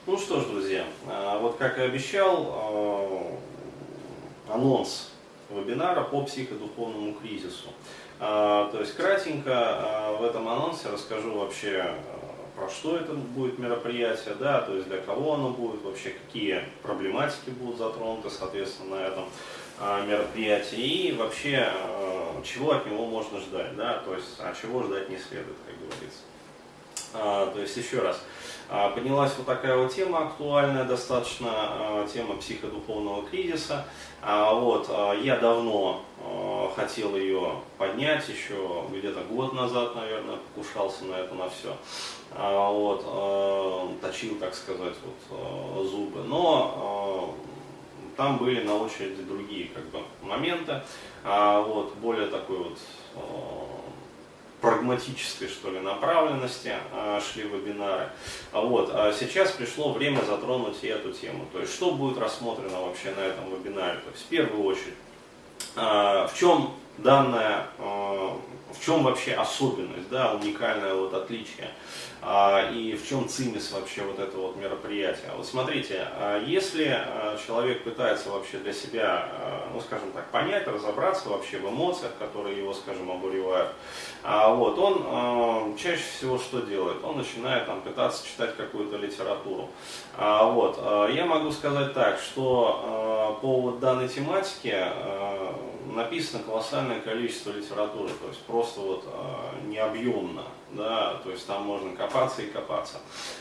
Ну что ж, друзья, вот как и обещал, анонс вебинара по психодуховному кризису. То есть кратенько в этом анонсе расскажу вообще, про что это будет мероприятие, да, то есть для кого оно будет, вообще какие проблематики будут затронуты, соответственно, на этом мероприятии и вообще, чего от него можно ждать, да, то есть, а чего ждать не следует, как говорится. То есть еще раз, поднялась вот такая вот тема актуальная достаточно, тема психодуховного кризиса. Я давно хотел ее поднять, еще где-то год назад, наверное, покушался на это, на все. Точил, так сказать, зубы. Но там были на очереди другие моменты, более такой прагматической, что ли, направленности шли вебинары. Сейчас пришло время затронуть и эту тему. То есть, что будет рассмотрено вообще на этом вебинаре? То есть, в первую очередь, в чем вообще особенность, да, уникальное отличие, и в чем цимис вообще этого мероприятия. Смотрите, если человек пытается вообще для себя, скажем так, понять, разобраться вообще в эмоциях, которые его, скажем, обуревают, он чаще всего что делает? Он начинает пытаться читать какую-то литературу. Я могу сказать так, что по данной тематике написано колоссальное количество литературы, то есть просто необъемно, да, то есть там можно копаться и копаться.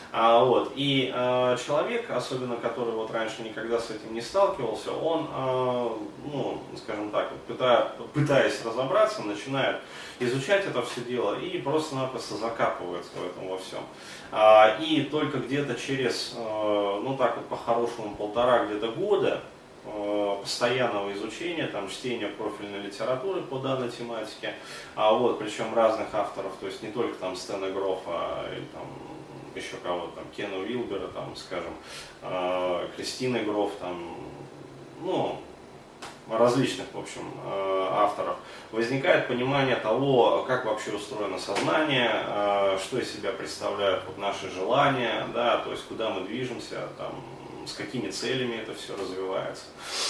Человек, особенно который раньше никогда с этим не сталкивался, он, скажем так, пытаясь разобраться, начинает изучать это все дело и просто-напросто закапывается в этом во всем. И только где-то через, по-хорошему, полтора где-то года постоянного изучения, чтения профильной литературы по данной тематике, причем разных авторов, то есть не только Стэна Грофа, или еще кого-то, Кена Уилбера, скажем, Кристины Гроф, различных, в общем, авторов, возникает понимание того, как вообще устроено сознание, что из себя представляют наши желания, да, то есть куда мы движемся, с какими целями это все развивается.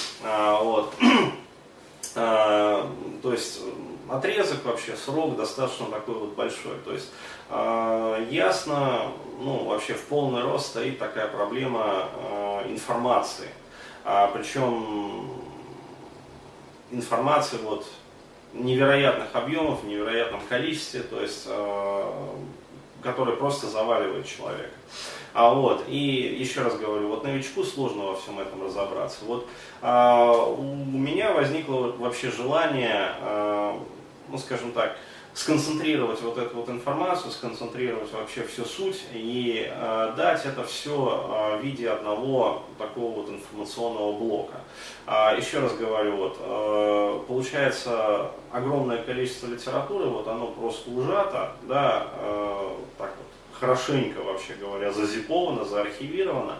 То есть отрезок вообще, срок достаточно такой большой. То есть ясно, вообще в полный рост стоит такая проблема информации. Причем информации невероятных объемов, в невероятном количестве, то есть который просто заваливает человека. И еще раз говорю, новичку сложно во всем этом разобраться. У меня возникло вообще желание, скажем так, сконцентрировать эту информацию, сконцентрировать вообще всю суть и дать это все в виде одного такого информационного блока. Еще раз говорю, получается огромное количество литературы, оно просто ужато, да, хорошенько, вообще говоря, зазиповано, заархивировано.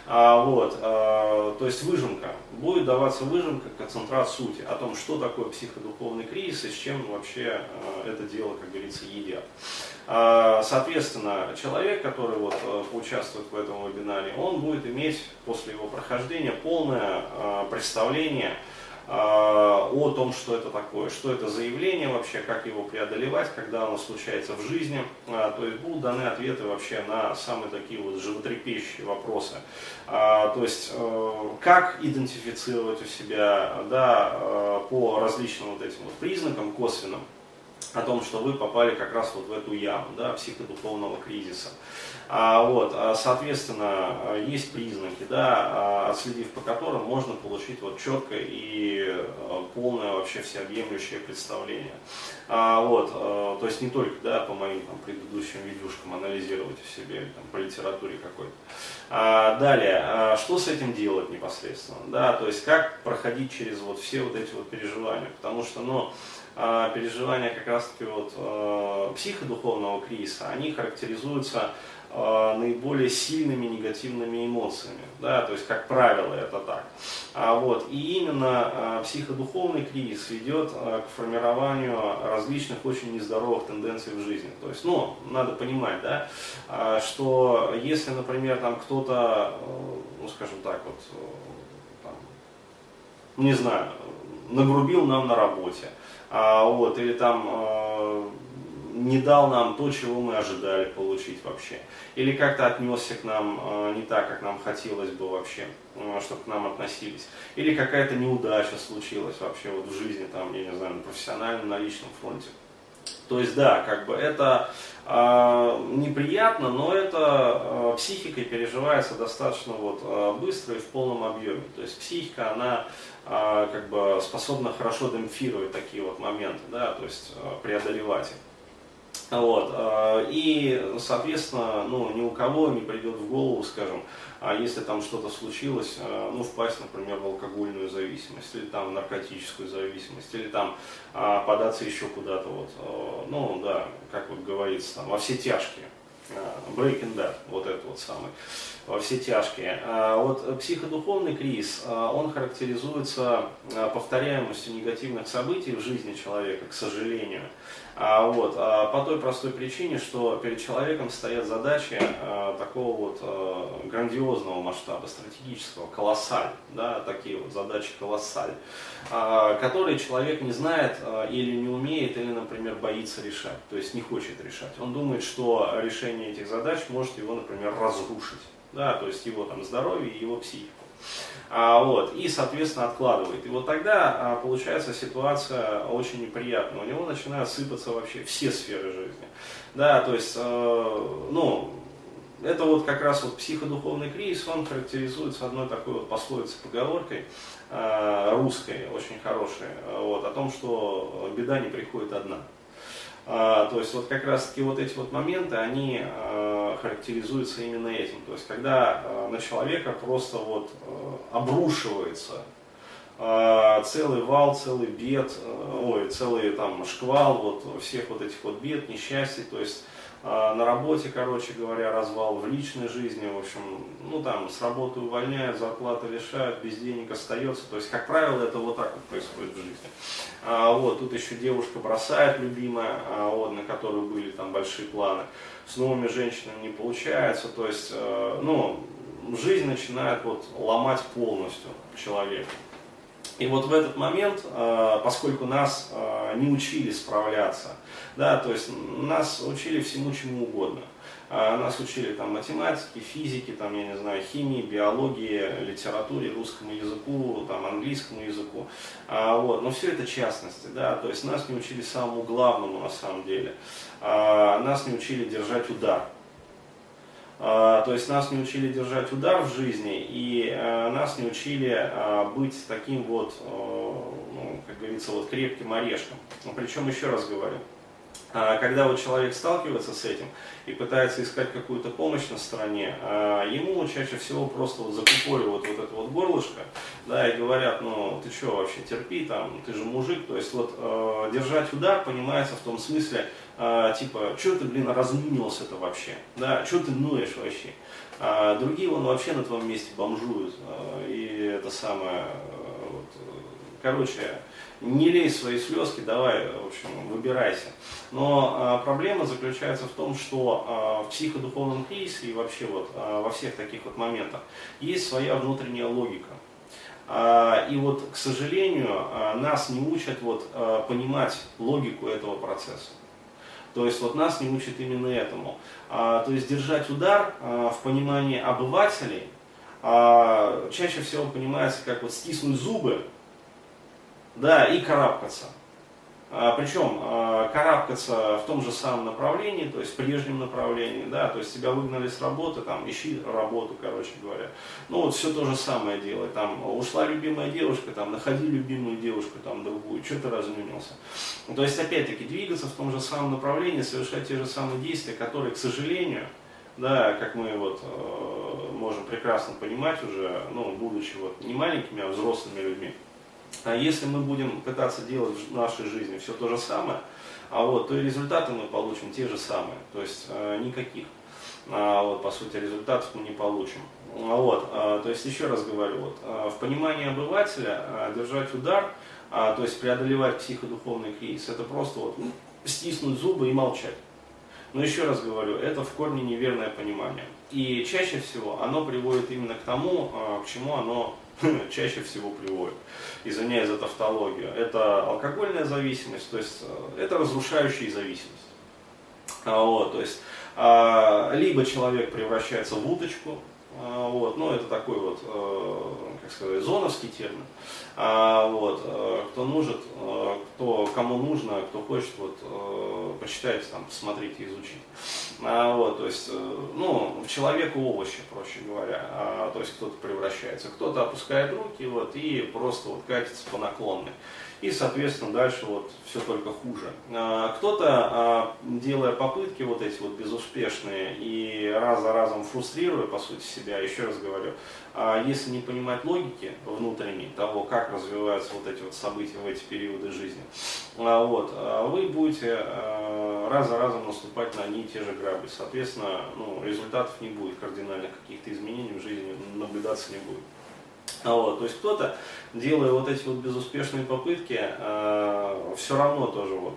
То есть выжимка, будет даваться выжимка, концентрат сути о том, что такое психодуховный кризис и с чем вообще это дело, как говорится, едят. Соответственно, человек, который поучаствует в этом вебинаре, он будет иметь после его прохождения полное представление о том, что это такое, что это за явление вообще, как его преодолевать, когда оно случается в жизни. То есть будут даны ответы вообще на самые такие животрепещущие вопросы. То есть как идентифицировать у себя, да, по различным этим признакам косвенным о том, что вы попали как раз в эту яму, да, психодуховного кризиса. Соответственно, есть признаки, да, отследив по которым можно получить четкое и полное вообще всеобъемлющее представление. То есть не только, да, по моим предыдущим видюшкам анализировать в себе по литературе какой-то. Далее, что с этим делать непосредственно, да, то есть как проходить через все эти переживания, потому что, переживания как раз таки психодуховного кризиса, они характеризуются наиболее сильными негативными эмоциями, да, то есть, как правило, это так. И именно психодуховный кризис ведет к формированию различных очень нездоровых тенденций в жизни. То есть, надо понимать, да, что если, например, там кто-то, скажем так, не знаю, нагрубил нам на работе, или там не дал нам то, чего мы ожидали получить вообще, или как-то отнесся к нам не так, как нам хотелось бы вообще, чтобы к нам относились, или какая-то неудача случилась вообще вот в жизни, там, я не знаю, на профессиональном, на личном фронте. То есть, да, как бы это неприятно, но это психикой переживается достаточно быстро и в полном объеме. То есть психика, она как бы способна хорошо демпфировать такие вот моменты, да, то есть преодолевать их. И, соответственно, ни у кого не придет в голову, скажем, если там что-то случилось, впасть, например, в алкогольную зависимость, или там в наркотическую зависимость, или там податься еще куда-то, как говорится, там, во все тяжкие. Breaking Bad, вот это вот самый, во все тяжкие. Психодуховный кризис, он характеризуется повторяемостью негативных событий в жизни человека, к сожалению. По той простой причине, что перед человеком стоят задачи такого грандиозного масштаба, стратегического, колоссаль, да, такие вот задачи колоссаль, которые человек не знает или не умеет, или, например, боится решать, то есть не хочет решать. Он думает, что решение этих задач может его, например, разрушить, да, то есть его там здоровье и его психику. И, соответственно, откладывает. И вот тогда получается ситуация очень неприятная. У него начинают сыпаться вообще все сферы жизни. Да, то есть, это как раз психодуховный кризис, он характеризуется одной такой пословицей, поговоркой русской, очень хорошей, о том, что беда не приходит одна. То есть как раз таки эти моменты, они характеризуются именно этим. То есть когда на человека просто обрушивается целый вал, целый бед, целый там шквал всех этих бед, несчастий, то есть на работе, короче говоря, развал, в личной жизни, в общем, там с работы увольняют, зарплаты лишают, без денег остается, то есть, как правило, это так происходит в жизни. Тут еще девушка бросает любимая, на которую были там большие планы, с новыми женщинами не получается, то есть, жизнь начинает ломать полностью человека. И в этот момент, поскольку нас не учили справляться, да, то есть нас учили всему чему угодно. Нас учили там математике, физике, там, я не знаю, химии, биологии, литературе, русскому языку, там, английскому языку. Но все это частности, да, то есть нас не учили самому главному на самом деле. Нас не учили держать удар. То есть нас не учили держать удар в жизни, и нас не учили быть таким как говорится, крепким орешком. Причем, еще раз говорю, когда человек сталкивается с этим и пытается искать какую-то помощь на стороне, ему чаще всего просто закупоривают это горлышко, да, и говорят, ты что вообще, терпи, там, ты же мужик, то есть держать удар понимается в том смысле, типа, что ты, разминился-то вообще, да, что ты ноешь вообще, другие вообще на твоем месте бомжуют, и это самое, короче, не лей свои слезки, давай, в общем, выбирайся. Но проблема заключается в том, что в психодуховном кризисе и вообще во всех таких моментах есть своя внутренняя логика. И к сожалению, нас не учат понимать логику этого процесса. То есть нас не учат именно этому. То есть держать удар в понимании обывателей чаще всего понимается как стиснуть зубы, да, и карабкаться. Причем карабкаться в том же самом направлении, то есть в прежнем направлении, да, то есть тебя выгнали с работы, там, ищи работу, короче говоря. Все то же самое делай, там, ушла любимая девушка, там, находи любимую девушку, там, другую, что ты разнюнился. То есть, опять-таки, двигаться в том же самом направлении, совершать те же самые действия, которые, к сожалению, да, как мы можем прекрасно понимать уже, будучи не маленькими, а взрослыми людьми, а если мы будем пытаться делать в нашей жизни все то же самое, то и результаты мы получим те же самые, то есть никаких. вот, по сути, результатов мы не получим. Вот, то есть, еще раз говорю, вот, в понимании обывателя держать удар, то есть преодолевать психодуховный кризис, это просто вот, стиснуть зубы и молчать. Но еще раз говорю, это в корне неверное понимание. И чаще всего оно приводит именно к тому, к чему оно чаще всего приводит. Извиняюсь за тавтологию. Это алкогольная зависимость, то есть это разрушающая зависимость. Вот, то есть либо человек превращается в уточку, вот, ну это такой вот, как сказать, зоновский термин. Вот, кто нужен, кому нужно, кто хочет, вот, почитайте, там, посмотрите, изучите. Вот, то есть, ну, в человека овощи, проще говоря. То есть кто-то превращается, кто-то опускает руки, вот, и просто вот катится по наклонной. И, соответственно, дальше вот все только хуже. Кто-то, делая попытки вот эти вот безуспешные и раз за разом фрустрируя, по сути, себя, еще раз говорю, если не понимать логики внутренней того, как развиваются вот эти вот события в эти периоды жизни, вот, вы будете раз за разом наступать на одни и те же грабли. Соответственно, ну, результатов не будет, кардинальных каких-то изменений в жизни наблюдаться не будет. Вот, то есть кто-то, делая вот эти вот безуспешные попытки, все равно тоже вот,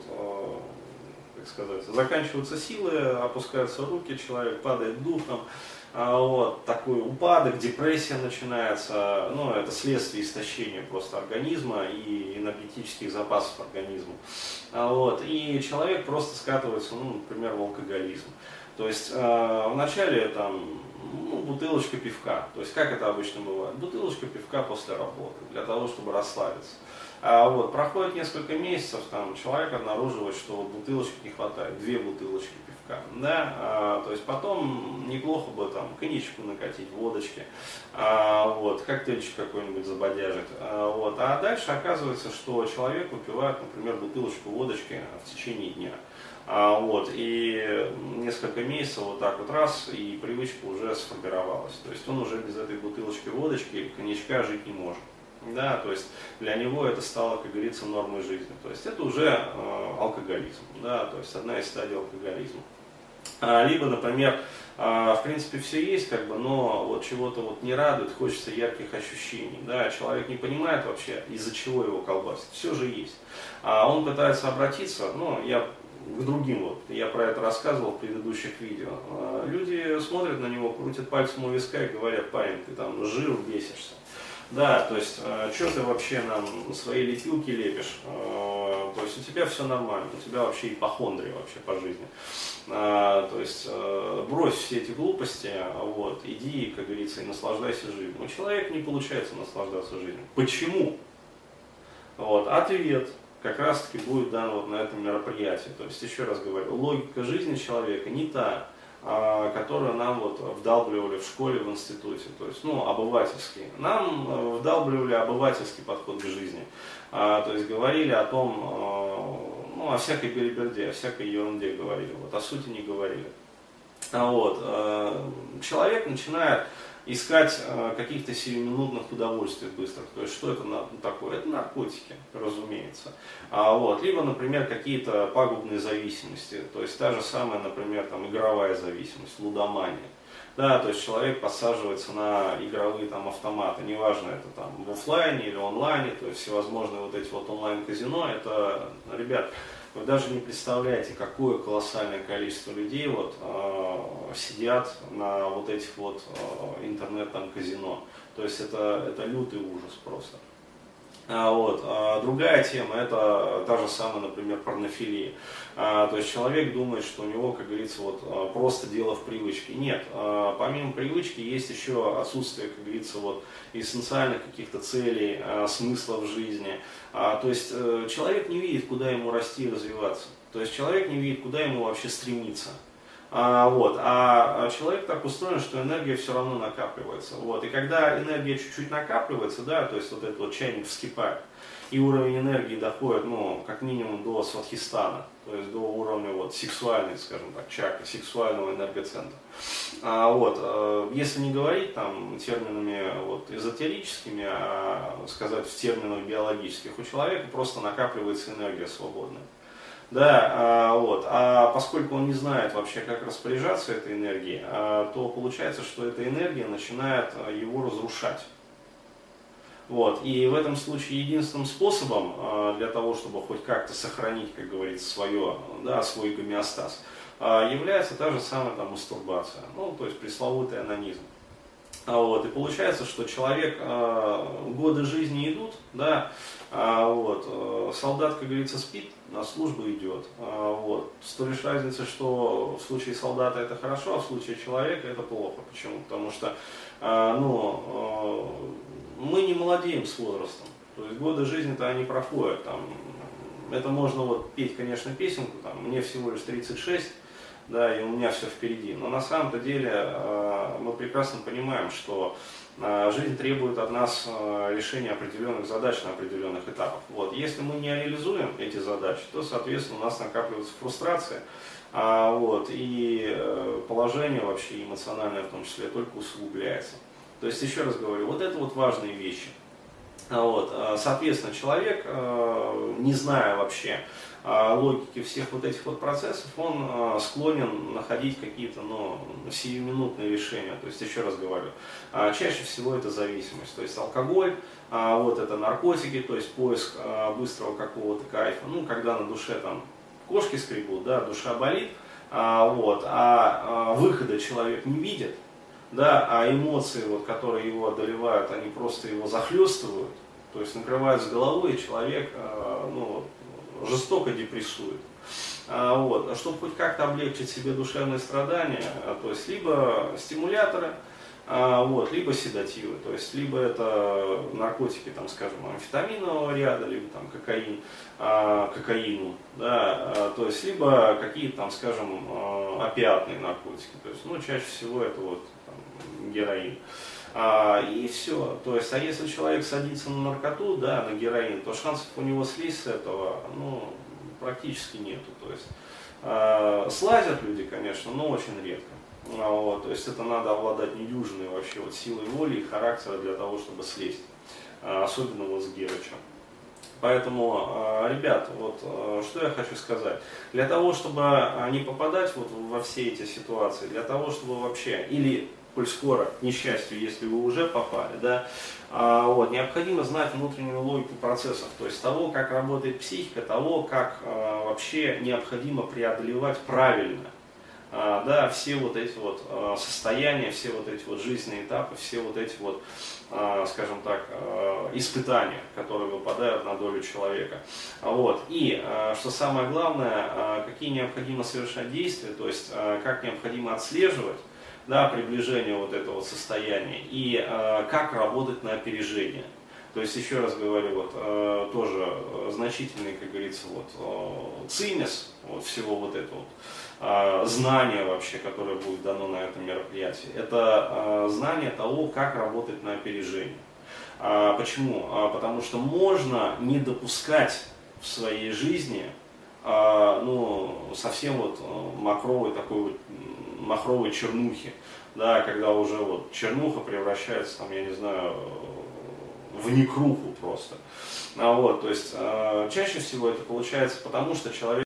как сказать, заканчиваются силы, опускаются руки, человек падает духом, вот, такой упадок, депрессия начинается, ну, это следствие истощения просто организма и энергетических запасов организма. Вот, и человек просто скатывается, ну, например, в алкоголизм. То есть вначале там, ну, бутылочка пивка, то есть как это обычно бывает, бутылочка пивка после работы, для того, чтобы расслабиться. Вот, проходит несколько месяцев, там, человек обнаруживает, что вот бутылочки не хватает, 2 бутылочки пивка, да, то есть потом неплохо бы там коньячку накатить, водочки, вот, коктейльчик какой-нибудь забодяжить, вот, а дальше оказывается, что человек выпивает, например, бутылочку водочки в течение дня. Вот, и несколько месяцев вот так вот раз, и привычка уже сформировалась. То есть он уже без этой бутылочки водочки или коньячка жить не может. Да, то есть для него это стало, как говорится, нормой жизни. То есть это уже алкоголизм, да, то есть одна из стадий алкоголизма. Либо, например, в принципе все есть, как бы, но вот чего-то вот не радует, хочется ярких ощущений. Да, человек не понимает вообще, из-за чего его колбасит. Все же есть. Он пытается обратиться, ну, к другим, вот, я про это рассказывал в предыдущих видео. Люди смотрят на него, крутят пальцем у виска и говорят: парень, ты там жир бесишься. Да, то есть, что ты вообще нам свои лепилки лепишь? То есть у тебя все нормально, у тебя вообще ипохондрия вообще по жизни. То есть брось все эти глупости, вот, иди, как говорится, и наслаждайся жизнью. У человека не получается наслаждаться жизнью. Почему? Вот, ответ как раз таки будет дан вот на этом мероприятии. То есть, еще раз говорю, логика жизни человека не та, которую нам вот вдалбливали в школе, в институте, то есть, ну, обывательский. Нам вдалбливали обывательский подход к жизни, то есть говорили о том, ну, о всякой белиберде, о всякой ерунде говорили, вот, о сути не говорили. Вот, человек начинает искать каких-то сиюминутных удовольствий быстрых. То есть что это такое? Это наркотики, разумеется. Вот. Либо, например, какие-то пагубные зависимости. То есть та же самая, например, там, игровая зависимость, лудомания. Да, то есть человек подсаживается на игровые там автоматы, неважно, это там в офлайне или онлайне, то есть всевозможные вот эти вот онлайн-казино, это, ребят, вы даже не представляете, какое колоссальное количество людей вот, сидят на вот этих вот интернет-казино. То есть это лютый ужас просто. Вот. Другая тема, это та же самая, например, порнофилия. То есть человек думает, что у него, как говорится, вот, просто дело в привычке. Нет, помимо привычки есть еще отсутствие, как говорится, вот, эссенциальных каких-то целей, смысла в жизни. То есть человек не видит, куда ему расти и развиваться. То есть человек не видит, куда ему вообще стремиться. Вот. А человек так устроен, что энергия все равно накапливается. Вот. И когда энергия чуть-чуть накапливается, да, то есть вот этот вот чайник вскипает, и уровень энергии доходит, ну, как минимум до свадхистана, то есть до уровня вот, сексуальной, скажем так, чакры, сексуального энергоцентра. Вот. Если не говорить там терминами вот, эзотерическими, а сказать в терминах биологических, у человека просто накапливается энергия свободная. Да, а поскольку он не знает вообще, как распоряжаться этой энергией, то получается, что эта энергия начинает его разрушать. Вот. И в этом случае единственным способом для того, чтобы хоть как-то сохранить, как говорится, свой гомеостаз, является та же самая там, мастурбация, ну, то есть пресловутый онанизм. И получается, что человек, годы жизни идут, да, солдат, как говорится, спит, на службу идет. С той лишь разницей, что в случае солдата это хорошо, а в случае человека это плохо. Почему? Потому что мы не молодеем с возрастом. То есть годы жизни-то они проходят. Там, это можно петь, конечно, песенку, там, мне всего лишь 36, да, и у меня все впереди. Но на самом-то деле мы прекрасно понимаем, что жизнь требует от нас решения определенных задач на определенных этапах. Если мы не реализуем эти задачи, то, соответственно, у нас накапливается фрустрация, и положение вообще эмоциональное в том числе только усугубляется. То есть, еще раз говорю, это важные вещи. Соответственно, человек, не зная вообще логики всех этих процессов, он склонен находить какие-то сиюминутные решения. То есть, еще раз говорю, чаще всего это зависимость. То есть, алкоголь, это наркотики, то есть поиск быстрого какого-то кайфа. Когда на душе там кошки скребут, да, душа болит, выхода человек не видит. Да, а эмоции, которые его одолевают, они просто его захлестывают, то есть накрывают с головой, и человек жестоко депрессует. Чтобы хоть как-то облегчить себе душевные страдания, то есть либо стимуляторы, либо седативы, то есть либо это наркотики, там, скажем, амфетаминового ряда, либо там кокаину, да, то есть либо какие-то там, скажем, опиатные наркотики, то есть, чаще всего это героин. И все. То есть, если человек садится на наркоту, да, на героин, то шансов у него слезть с этого, практически нету. То есть, слазят люди, конечно, но очень редко. То есть, это надо обладать недюжиной вообще силой воли и характера для того, чтобы слезть. Особенно с герычем. Поэтому, ребят, что я хочу сказать. Для того, чтобы не попадать во все эти ситуации, для того, чтобы вообще, или коль скоро, к несчастью, если вы уже попали, да, необходимо знать внутреннюю логику процессов, то есть того, как работает психика, того, как вообще необходимо преодолевать правильно, да, все эти состояния, все эти жизненные этапы, все эти скажем так, испытания, которые выпадают на долю человека. И, что самое главное, какие необходимо совершать действия, то есть как необходимо отслеживать, да, приближение этого состояния и как работать на опережение. То есть, еще раз говорю, тоже значительный, как говорится, цимес всего этого знание вообще, которое будет дано на этом мероприятии, это знание того, как работать на опережение. Почему? Потому что можно не допускать в своей жизни совсем махровой чернухи, да, когда уже чернуха превращается, там, я не знаю, в некруху просто. То есть чаще всего это получается потому, что человек